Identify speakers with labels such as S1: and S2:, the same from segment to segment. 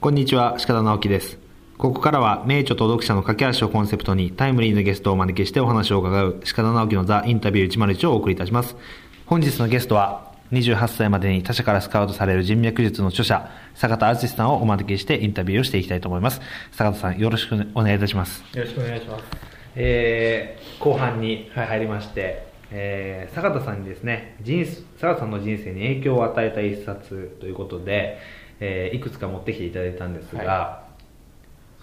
S1: こんにちは、鹿田直樹です。ここからは名著と読者の架け橋をコンセプトにタイムリーなゲストをお招きしてお話を伺う鹿田直樹のザ・インタビュー101をお送りいたします。本日のゲストは28歳までに他社からスカウトされる人脈術の著者、坂田敦さんをお招きしてインタビューをしていきたいと思います。坂田さん、よろしくお願いいたします。
S2: よろしくお願いします。
S1: 後半に入りまして、坂田さんにですね、坂田さんの人生に影響を与えた一冊ということで、いくつか持ってきていただいたんですが、はい、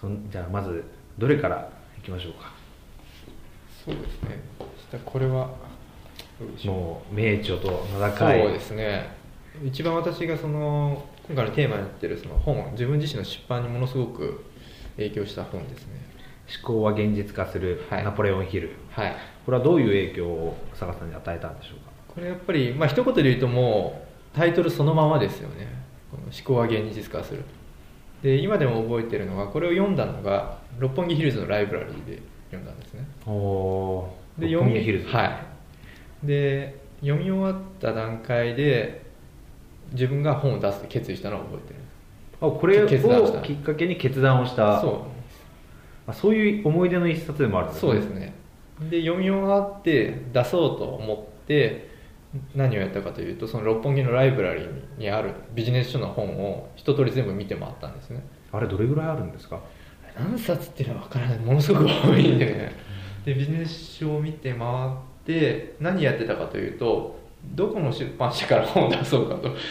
S1: じゃあまずどれからいきましょうか。
S2: そうですね、これは
S1: もう名著と名高い。
S2: そうですね、一番私が今回のテーマになっている本、自分自身の出版にものすごく影響した本ですね。
S1: 思考は現実化する、はい、ナポレオンヒル、
S2: はい、
S1: これはどういう影響を坂田さんに与えたんでしょうか。
S2: これやっぱり、一言で言うともうタイトルそのままですよね。この思考は現実化する。で今でも覚えてるのが、これを読んだのが六本木ヒルズのライブラリーで読んだんですね。
S1: で六本木ヒルズ、
S2: はい、で読み終わった段階で自分が本を出すって決意したのを覚えてる。
S1: これをきっかけに決断をした。そういう思い出の一冊でもあるんですね。
S2: そうですね。で読み終わって出そうと思って何をやったかというと、その六本木のライブラリーにあるビジネス書の本を一通り全部見て回ったんですね。
S1: あれどれぐらいあるんですか。
S2: 何冊っていうのは分からない、ものすごく多いんでね。でビジネス書を見て回って何やってたかというと、どこの出版社から本を出そうかと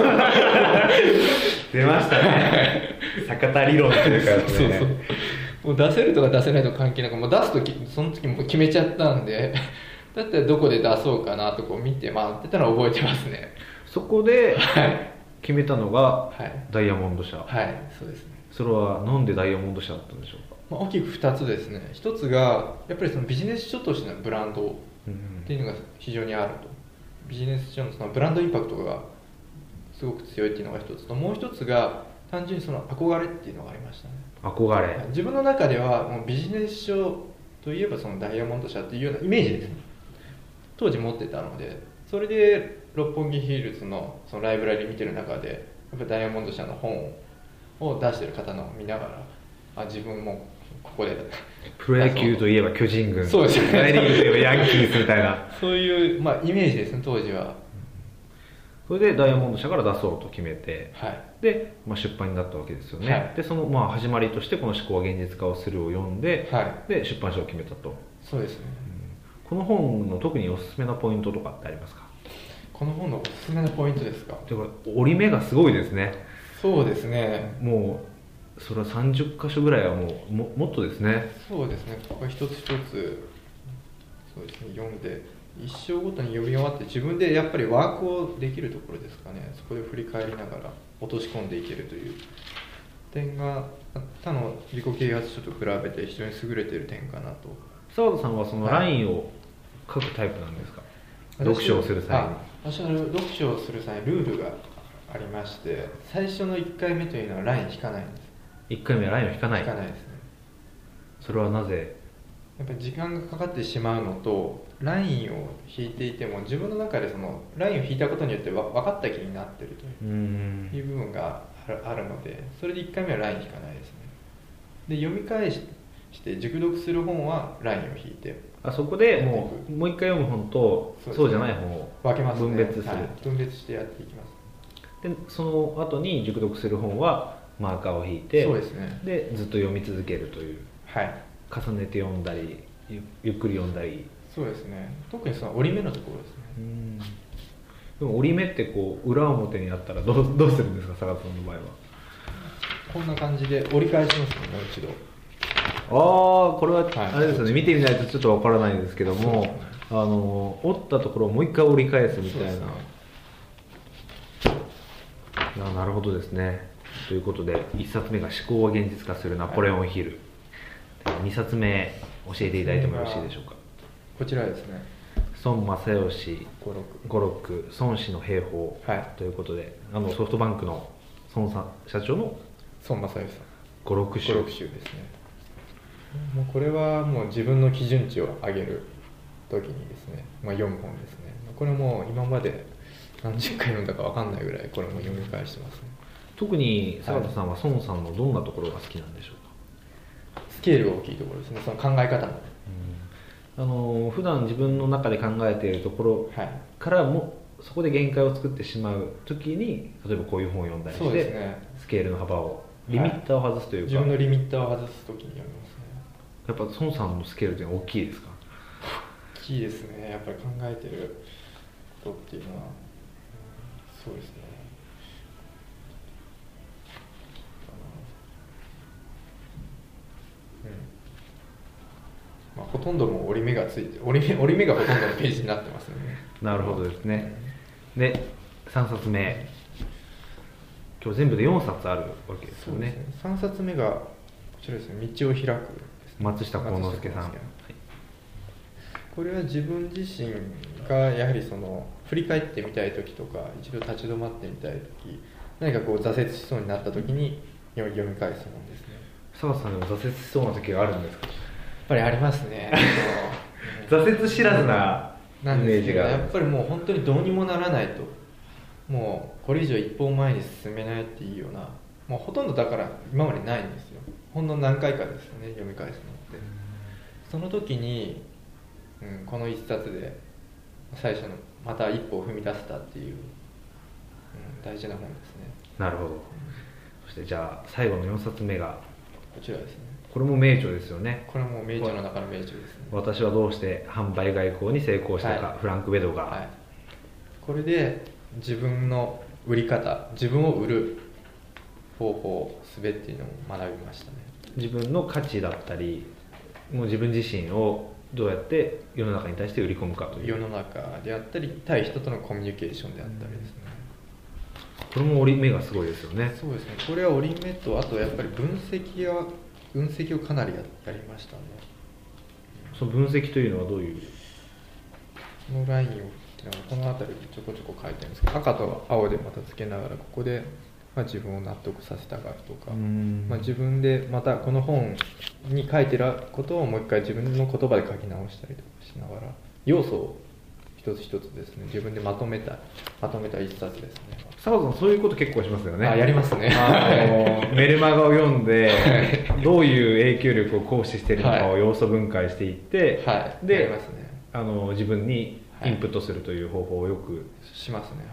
S1: 出ましたね坂田理論っていうかですね。
S2: そうもう出せるとか出せないとか関係なく、もう出すときその時もう決めちゃったんでだったらどこで出そうかなとこう見て回ってたのを覚えてますね。
S1: そこで決めたのがダイヤモンド社。
S2: はい、そうですね。
S1: それはなんでダイヤモンド社だったんでしょうか。
S2: 大きく2つですね。1つがやっぱりそのビジネス書としてのブランドっていうのが非常にあると、ビジネス書のそのブランドインパクトがすごく強いっていうのが1つと、もう1つが単純にその憧れっていうのがありましたね。
S1: 憧れ。
S2: 自分の中ではもうビジネス書といえばそのダイヤモンド社っていうようなイメージですね、当時持ってたので、それで六本木ヒルズのそのライブラリー見てる中でやっぱダイヤモンド社の本を出してる方のを見ながら、自分もここで
S1: プロ野球といえば巨人軍、
S2: そうですね、
S1: 大リーグといえばヤンキースみたいな
S2: そういう、イメージですね、当時は。
S1: それでダイヤモンド社から出そうと決めて、
S2: はい、
S1: で、出版になったわけですよね。
S2: はい、
S1: でその始まりとしてこの思考は現実化をするを読んで、
S2: はい、
S1: で出版社を決めたと。
S2: そうですね、
S1: この本の特におすすめなポイントとかってありますか。こ
S2: の本のおすすめなポイントですか。
S1: 折り目がすごいですね。
S2: そうですね、
S1: もうそれは30箇所ぐらいはもっとですね。
S2: そうですね、ここ一つ一つそうですね、読んで一章ごとに読み終わって自分でやっぱりワークをできるところですかね。そこで振り返りながら落とし込んでいけるという点が他の自己啓発書と比べて非常に優れている点かなと。
S1: 澤田さんはそのラインを書くタイプなんですか。読書をする際に。
S2: 私は読書をする際にルールがありまして、最初の1回目というのはライン引かないんです。
S1: 1回目はラインを引かない。
S2: 引かないですね。
S1: それはなぜ。
S2: やっぱり時間がかかってしまうのと、ラインを引いていても自分の中でそのラインを引いたことによって分かった気になっているという部分があるので、それで1回目はライン引かないですね。で読み返して熟読する本はラインを引いて、
S1: そこでもう一回読む本とそうじゃない本を
S2: 分けますね。
S1: 分別する、
S2: 分別してやっていきます。
S1: でその後に熟読する本はマーカーを引いて、
S2: そうですね、
S1: でずっと読み続けるという、
S2: はい、
S1: 重ねて読んだりゆっくり読んだり。
S2: そうですね、特にその折り目のところですね。
S1: でも折り目って裏表にあったらどうするんですか、坂田さんの場合は。
S2: こんな感じで折り返しますね、もう一度。
S1: これはあれですよね、見てみないとちょっとわからないですけども、折ったところをもう一回折り返すみたいな。なるほどですね。ということで1冊目が思考は現実化するナポレオンヒル、2冊目教えていただいてもよろしいでしょうか。
S2: こちらですね、
S1: 孫正義語録孫子の兵法、ということで、ソフトバンクの孫社長の
S2: 孫正義さん
S1: 語録集
S2: ですね。もうこれはもう自分の基準値を上げる時にですね、読む本ですね。これも今まで何十回読んだか分かんないぐらいこれも読み返してますね。
S1: 特に坂田さんは孫さんのどんなところが好きなんでしょうか？
S2: スケールが大きいところですね、その考え方も、
S1: 普段自分の中で考えているところからも、そこで限界を作ってしまう時に例えばこういう本を読んだりして、
S2: そうですね、
S1: スケールの幅をリミッターを外すというか、
S2: 自分のリミッターを外す時に読みますね。
S1: やっぱ孫さんのスケールというのは大きいですか？
S2: 大きいですね、やっぱり考えてることっていうのは、そうですね、ほとんどもう折り目がついて折り目がほとんどのページになってますね。
S1: なるほどですね。で3冊目、今日全部で4冊あるわけですよね。
S2: そうですね、3冊目がこちらですね、道を開くです、ね、
S1: 松下幸之助さん、はい、
S2: これは自分自身がやはりその振り返ってみたい時とか、一度立ち止まってみたい時、何かこう挫折しそうになった時に読み返すものですね。
S1: 澤さんでも挫折しそうな時があるんですか？
S2: やっぱりありますね。
S1: 挫折知らずなイメージが、
S2: やっぱりもう本当にどうにもならないと、もうこれ以上一歩前に進めないっていうような、もうほとんどだから今までないんですよ。ほんの何回かですよね、読み返すのって。その時に、この一冊で最初のまた一歩を踏み出せたっていう、大事な本ですね。
S1: なるほど。そしてじゃあ最後の4冊目が
S2: こちらですね。
S1: これも名著ですよね。
S2: これも名著の中の名著ですね。
S1: 私はどうして販売外交に成功したか、フランク・ベドガー、
S2: はい、これで自分の売り方、自分を売る方法、術っていうのを学びましたね。
S1: 自分の価値だったり、もう自分自身をどうやって世の中に対して売り込むかという、
S2: 世の中であったり対人とのコミュニケーションであったりですね。
S1: これも折り目がすごいですよね。
S2: そうですね、これは折り目と、あとやっぱり分析をかなりやりましたね。
S1: その分析というのはどういう？
S2: このラインをこの辺りでちょこちょこ書いてるんですけど、赤と青でまたつけながら、ここで、自分を納得させたがるとか、自分でまたこの本に書いてることをもう一回自分の言葉で書き直したりとかしながら、要素を一つ一つですね、自分でまとめた一冊ですね。
S1: 澤さんそういうこと結構しますよね。
S2: やりますね。
S1: メルマガを読んでどういう影響力を行使しているのかを要素分解していって、で、やりますね。自分にインプットするという方法をよく
S2: しますね。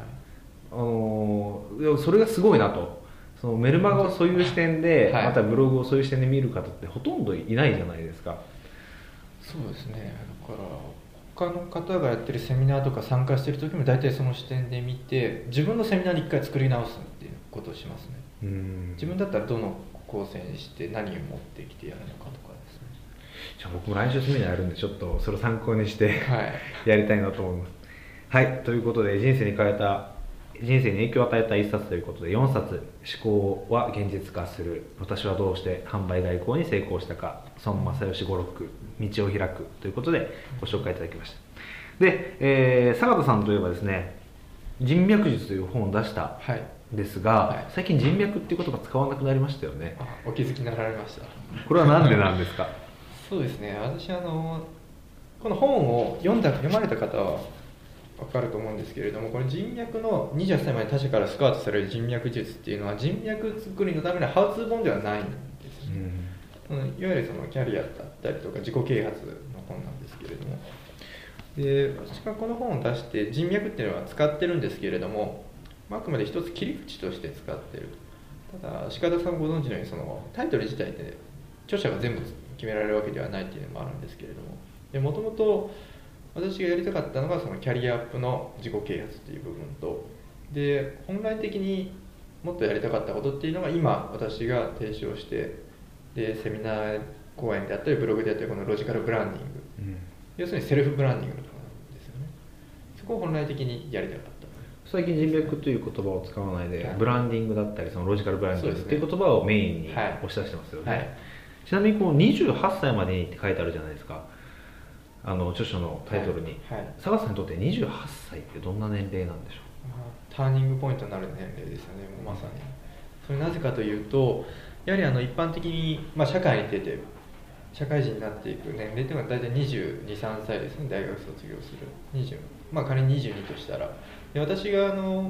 S1: それがすごいなと。そのメルマガをそういう視点で、またブログをそういう視点で見る方ってほとんどいないじゃないですか。
S2: そうですね。だから他の方がやってるセミナーとか参加してる時も大体その視点で見て、自分のセミナーに一回作り直すっていうことをしますね。自分だったらどの構成にして何を持ってきてやるのかとかですね。
S1: じゃあ僕も来週セミナーやるんで、ちょっとそれを参考にしてやりたいなと思います。はい、ということで人生に影響を与えた一冊ということで4冊、思考は現実化する、私はどうして販売外交に成功したか、孫正義語録、道を開くということでご紹介いただきました。で、坂田さんといえばですね、人脈術という本を出したんですが、最近人脈っていう言葉使わなくなりましたよね。
S2: お気づきになられました。
S1: これは何でなんですか？
S2: そうですね、私この本を読まれた方は分かると思うんですけれども、これ人脈の28歳まで他者からスカウトされる人脈術っていうのは人脈作りのためのハウツー本ではないんですね。いわゆるそのキャリアだったりとか自己啓発の本なんですけれども、で私がこの本を出して人脈っていうのは使ってるんですけれども、あくまで一つ切り口として使ってる。ただ鹿田さんご存知のように、そのタイトル自体で著者が全部決められるわけではないっていうのもあるんですけれども、もともと私がやりたかったのがそのキャリアアップの自己啓発っていう部分と、で本来的にもっとやりたかったことっていうのが今私が提唱して、でセミナー講演であったりブログであったりこのロジカルブランディング、要するにセルフブランディングのことなんですよね。そこを本来的にやりたかった。
S1: 最近人脈という言葉を使わないで、ブランディングだったりそのロジカルブランディングっていう言葉をメインに押し出してますよね。ちなみにこの28歳までにって書いてあるじゃないですか、著書のタイトルに。坂田さんにとって28歳ってどんな年齢なんでしょう？
S2: ターニングポイントになる年齢ですよね。もうまさにそれなぜかというと、やはり一般的に、社会に出て社会人になっていく年齢というのは大体22、3歳ですね。大学卒業する仮に22としたら、で私が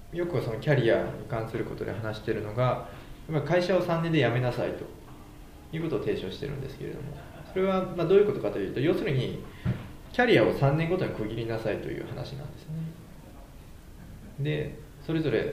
S2: よくそのキャリアに関することで話しているのが、会社を3年で辞めなさいということを提唱しているんですけれども、それはどういうことかというと、要するにキャリアを3年ごとに区切りなさいという話なんですね。でそれぞれ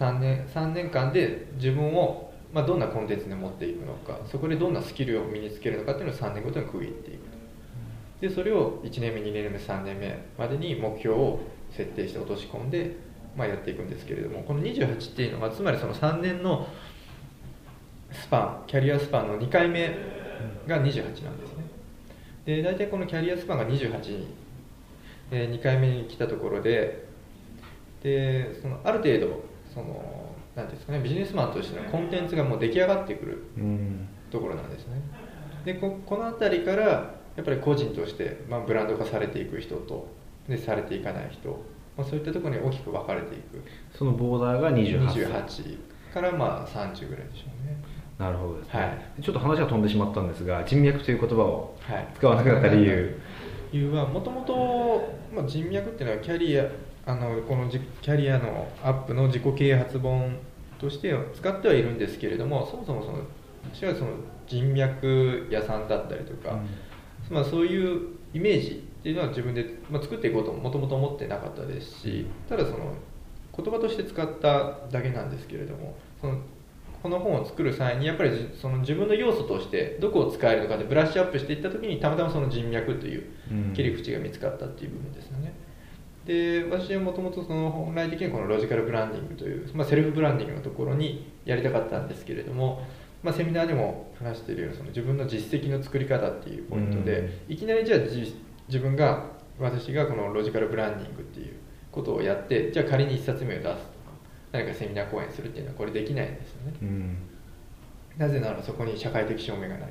S2: 3年間で自分をどんなコンテンツで持っていくのか、そこでどんなスキルを身につけるのかというのを3年ごとに区切っていくと。でそれを1年目2年目3年目までに目標を設定して落とし込んで、やっていくんですけれども、この28っていうのはつまりその3年のスパン、キャリアスパンの2回目が28なんですね。で大体このキャリアスパンが28に、2回目に来たところで、そのある程度なんですかね、ビジネスマンとしてのコンテンツがもう出来上がってくるところなんですね。でこの辺りからやっぱり個人として、ブランド化されていく人とでされていかない人、そういったところに大きく分かれていく。
S1: そのボーダーが28
S2: から30ぐらいでしょうね。
S1: なるほどですね、ちょっと話が飛んでしまったんですが、人脈という言葉を使わなくなった理由
S2: は、もともと人脈っていうのはキャリアこのキャリアのアップの自己啓発本として使ってはいるんですけれども、そもそも私はその人脈屋さんだったりとか、そういうイメージっていうのは自分で、作っていこうともともと思ってなかったですし、ただその言葉として使っただけなんですけれども、この本を作る際にやっぱりその自分の要素としてどこを使えるのかでブラッシュアップしていった時に、たまたまその人脈という切り口が見つかったっていう部分ですよね。で私はもともと本来的にこのロジカルブランディングという、セルフブランディングのところにやりたかったんですけれども、セミナーでも話しているようにその自分の実績の作り方っていうポイントで、いきなりじゃあ私がこのロジカルブランディングっていうことをやって、じゃあ仮に1冊目を出すとか何かセミナー講演するっていうのはこれできないんですよね。なぜならそこに社会的証明がないから。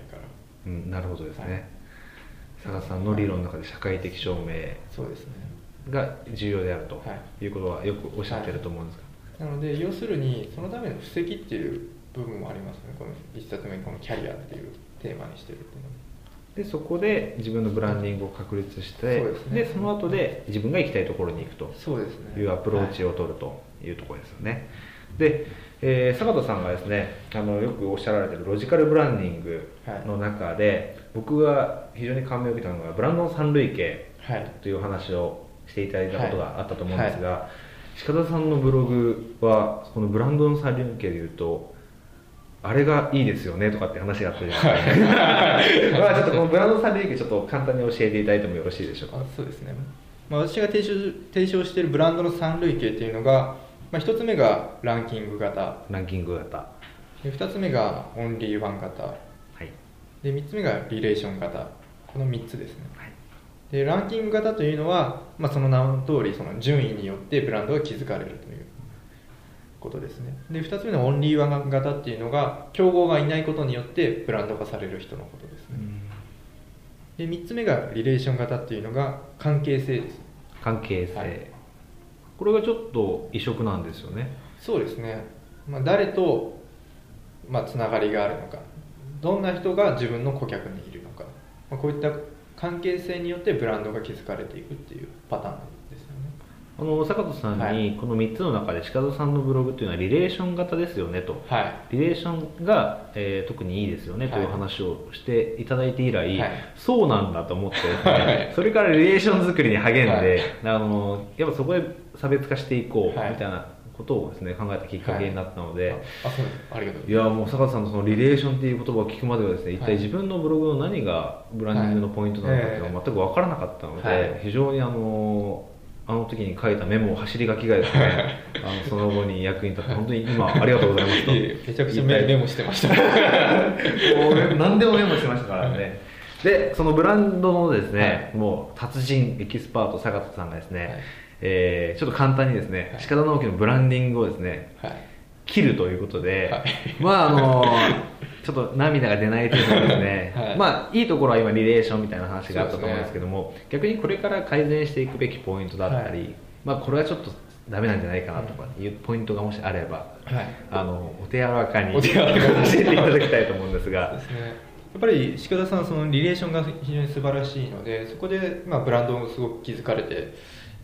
S1: なるほどですね。佐賀さんの理論の中で社会的証明が重要であるということはよくおっしゃってると思うんですが、
S2: なので要するにそのための布石っていう部分もありますね。この1冊目にこのキャリアっていうテーマにしてるっていうのも。
S1: でそこで自分のブランディングを確立して、でその後で自分が行きたいところに行くというアプローチを取るというところですよね。で、坂田さんがですねよくおっしゃられているロジカルブランディングの中で、僕が非常に感銘を受けたのがブランドの三類型という話をしていただいたことがあったと思うんですが、鹿田さんのブログはこのブランドの三類型でいうとあれがいいですよねとかって話があったじゃないですか。ちょっとこのブランドの三類型ちょっと簡単に教えていただいてもよろしいでしょうか。
S2: そうですね、私が提唱しているブランドの三類型っていうのが、1つ目がランキング型、で2つ目がオンリーワン型、で3つ目がリレーション型、この3つですね。でランキング型というのは、その名の通りその順位によってブランドが築かれるということですね。で2つ目のオンリーワン型っていうのが競合がいないことによってブランド化される人のことですね。で3つ目がリレーション型っていうのが関係性です。
S1: 関係性、これがちょっと異色なんですよね。
S2: そうですね、誰とつながりがあるのか、どんな人が自分の顧客にいるのか、こういった関係性によってブランドが築かれていくっていうパターンですよね。
S1: 坂田さんにこの3つの中で鹿田さんのブログというのはリレーション型ですよねと、リレーションが、特にいいですよねという話をしていただいて以来、そうなんだと思ってですね、それからリレーション作りに励んで、やっぱそこで差別化していこうみたいなことをですね考えたきっかけになったので、
S2: ありがとうございます。
S1: いやもう坂田さんのそのリレーションっていう言葉を聞くまではですね、一体自分のブログの何がブランディングのポイントなのかっていうのは全く分からなかったので、非常にあの時に書いたメモを走り書きがですねその後に役に立って本当に今ありがとうございますと
S2: めちゃくちゃメモしてました
S1: もう何でもメモしてましたからね。でそのブランドのですね、もう達人エキスパート坂田さんがですね、ちょっと簡単にですね、鹿田直樹のブランディングをですね、切るということで、ちょっと涙が出ない程度ですね、いいところは今リレーションみたいな話があったと思うんですけども、逆にこれから改善していくべきポイントだったり、これはちょっとダメなんじゃないかなとかいうポイントがもしあれば、お手柔らかに教えていただきたいと思うんですが。
S2: やっぱり鹿田さんそのリレーションが非常に素晴らしいので、そこでブランドをすごく築かれてい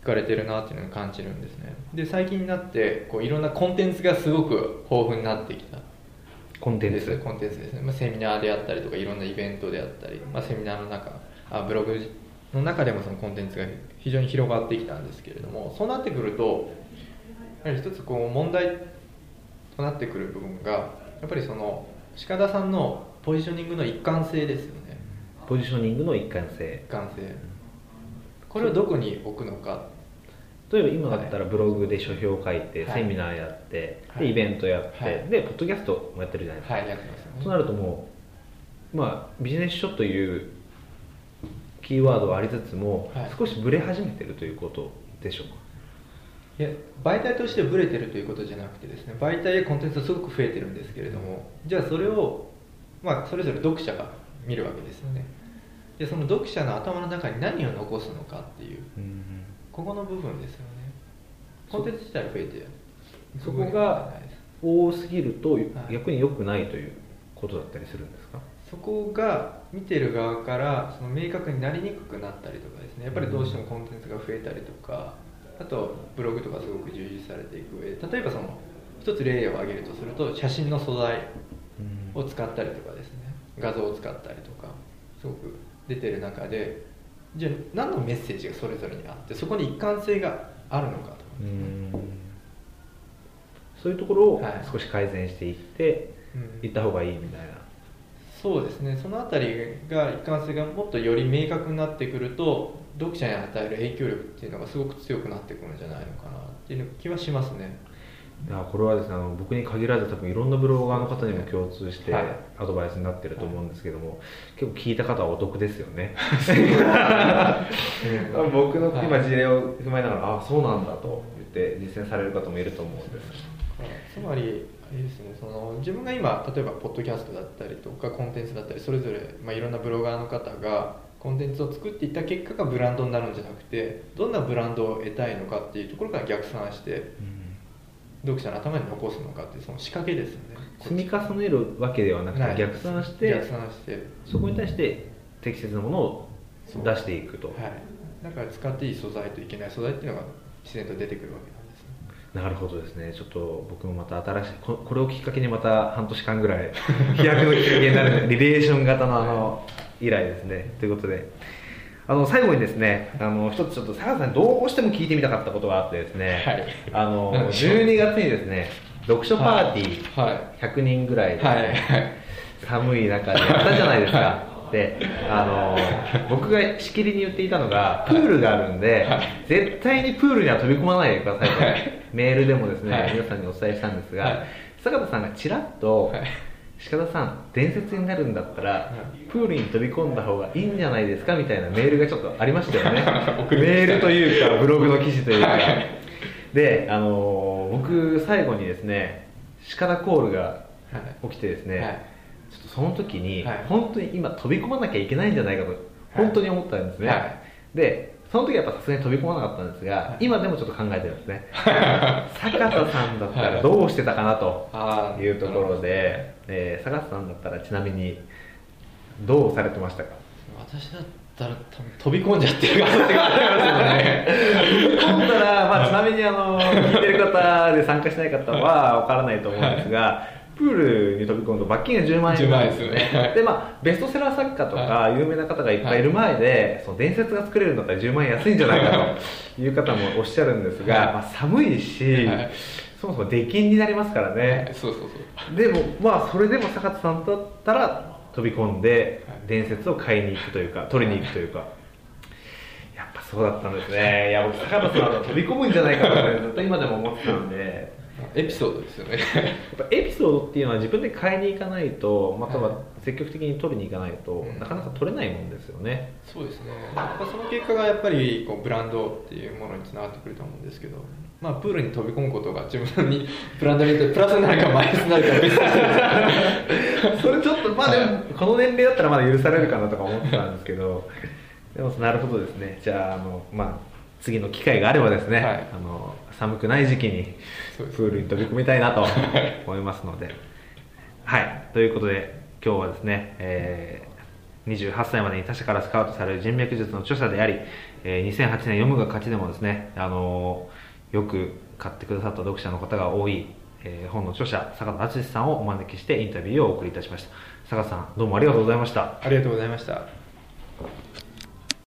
S2: かれてるなっていうのを感じるんですね。で最近になってこういろんなコンテンツがすごく豊富になってきた
S1: コンテンツ
S2: ですね、セミナーであったりとかいろんなイベントであったり、セミナーの中ブログの中でもそのコンテンツが非常に広がってきたんですけれども、そうなってくるとやはり一つこう問題となってくる部分がやっぱりその鹿田さんのポジショニングの一貫性ですよね。
S1: ポジショニングの一貫性、
S2: これをどこに置くのか。
S1: 例えば今だったらブログで書評を書いて、セミナーやって、でイベントやって、でポッドキャストもやってるじゃないですか、
S2: やってますよね。
S1: そうなるともう、ビジネス書というキーワードはありつつも、少しブレ始めてるということでしょうか。
S2: いや、媒体としてブレてるということじゃなくてですね、媒体やコンテンツはすごく増えてるんですけれども、じゃあそれを、それぞれ読者が見るわけですよね。でその読者の頭の中に何を残すのかっていう、ここの部分ですよね。コンテンツ自体増えて
S1: そこが多すぎると逆に良くないということだったりするんですか。
S2: そこが見てる側からその明確になりにくくなったりとかですね、やっぱりどうしてもコンテンツが増えたりとか、あとブログとかすごく充実されていく上で、例えばその一つ例を挙げるとすると、写真の素材を使ったりとかですね、画像を使ったりとかすごく出てる中で、じゃあ何のメッセージがそれぞれにあって、そこに一貫性があるのかとかですね、
S1: そういうところを少し改善していっていった方がいいみたいな。
S2: そうですね、そのあたりが一貫性がもっとより明確になってくると、読者に与える影響力っていうのがすごく強くなってくるんじゃないのかなっていう気はしますね。
S1: いや、これはですね、僕に限らず多分いろんなブロガーの方にも共通してアドバイスになってると思うんですけども、結構聞いた方はお得ですよね。僕の今事例を踏まえながら、そうなんだと言って実践される方もいると思うんです。
S2: つまりあれですね、その自分が今例えばポッドキャストだったりとかコンテンツだったり、それぞれ、いろんなブロガーの方がコンテンツを作っていった結果がブランドになるんじゃなくて、どんなブランドを得たいのかっていうところから逆算して、読者の頭に残すのかっていうその仕掛けですよね。
S1: 積み重ねるわけではなくて逆算してそこに対して適切なものを出していくと。
S2: だから使っていい素材といけない素材っていうのが自然と出てくるわけなんですね。
S1: なるほどですね。ちょっと僕もまた新しいこれをきっかけにまた半年間ぐらい飛躍のきっかけになるリレーション型の依頼ですね。ということで最後にですね、一つちょっと坂田さんにどうしても聞いてみたかったことがあってですね、12月にですね読書パーティー100人ぐらいで、寒い中でやったじゃないですか。で僕がしきりに言っていたのが、プールがあるんで、絶対にプールには飛び込まないでくださいと、メールでもですね、皆さんにお伝えしたんですが、坂田さんがちらっと、鹿田さん伝説になるんだったらプールに飛び込んだ方がいいんじゃないですかみたいなメールがちょっとありましたよね。メールというかブログの記事というかで、僕最後にですね鹿田コールが起きてですね、ちょっとその時に本当に今飛び込まなきゃいけないんじゃないかと本当に思ったんですね。でその時はやっぱさすがに飛び込まなかったんですが、今でもちょっと考えてるんですね。坂田さんだったらどうしてたかなというところで、坂田さんだったらちなみにどうされてましたか。
S2: 私だったら多分飛び込んじゃってる可能性がありますよね。
S1: 飛び込んだら、ちなみに聞いてる方で参加しない方は分からないと思うんですが、プールに飛び込むと罰金が10万円なんですよね。でベストセラー作家とか有名な方がいっぱいいる前で、その伝説が作れるんだったら10万円安いんじゃないかという方もおっしゃるんですが、寒いし、そもそも出禁になりますからね。でもそれでも坂田さんだったら飛び込んで伝説を買いに行くというか取りに行くというか、やっぱそうだったんですね。いや僕坂田さんは飛び込むんじゃないかとずっと今でも思ってたんで。
S2: エピソードですよね。
S1: やっぱエピソードっていうのは自分で買いに行かないと、または積極的に取りに行かないと、なかなか取れないもんですよね。
S2: そうですね。その結果がやっぱりブランドっていうものにつながってくると思うんですけど、プールに飛び込むことが自分にブランドにとってプラスになるかマイナスになるか別に
S1: それちょっとでもこの年齢だったらまだ許されるかなとか思ってたんですけど、でもなるほどですね。じゃあ次の機会があればですね、寒くない時期にプールに飛び込みたいなと思いますので、ということで今日はですね、 28歳までに他社からスカウトされる人脈術の著者であり、2008年読むが勝ちでもですね、よく買ってくださった読者の方が多い、本の著者坂田敦さんをお招きしてインタビューをお送りいたしました。坂田さん、どうもありがとうございました。
S2: ありがとうございました。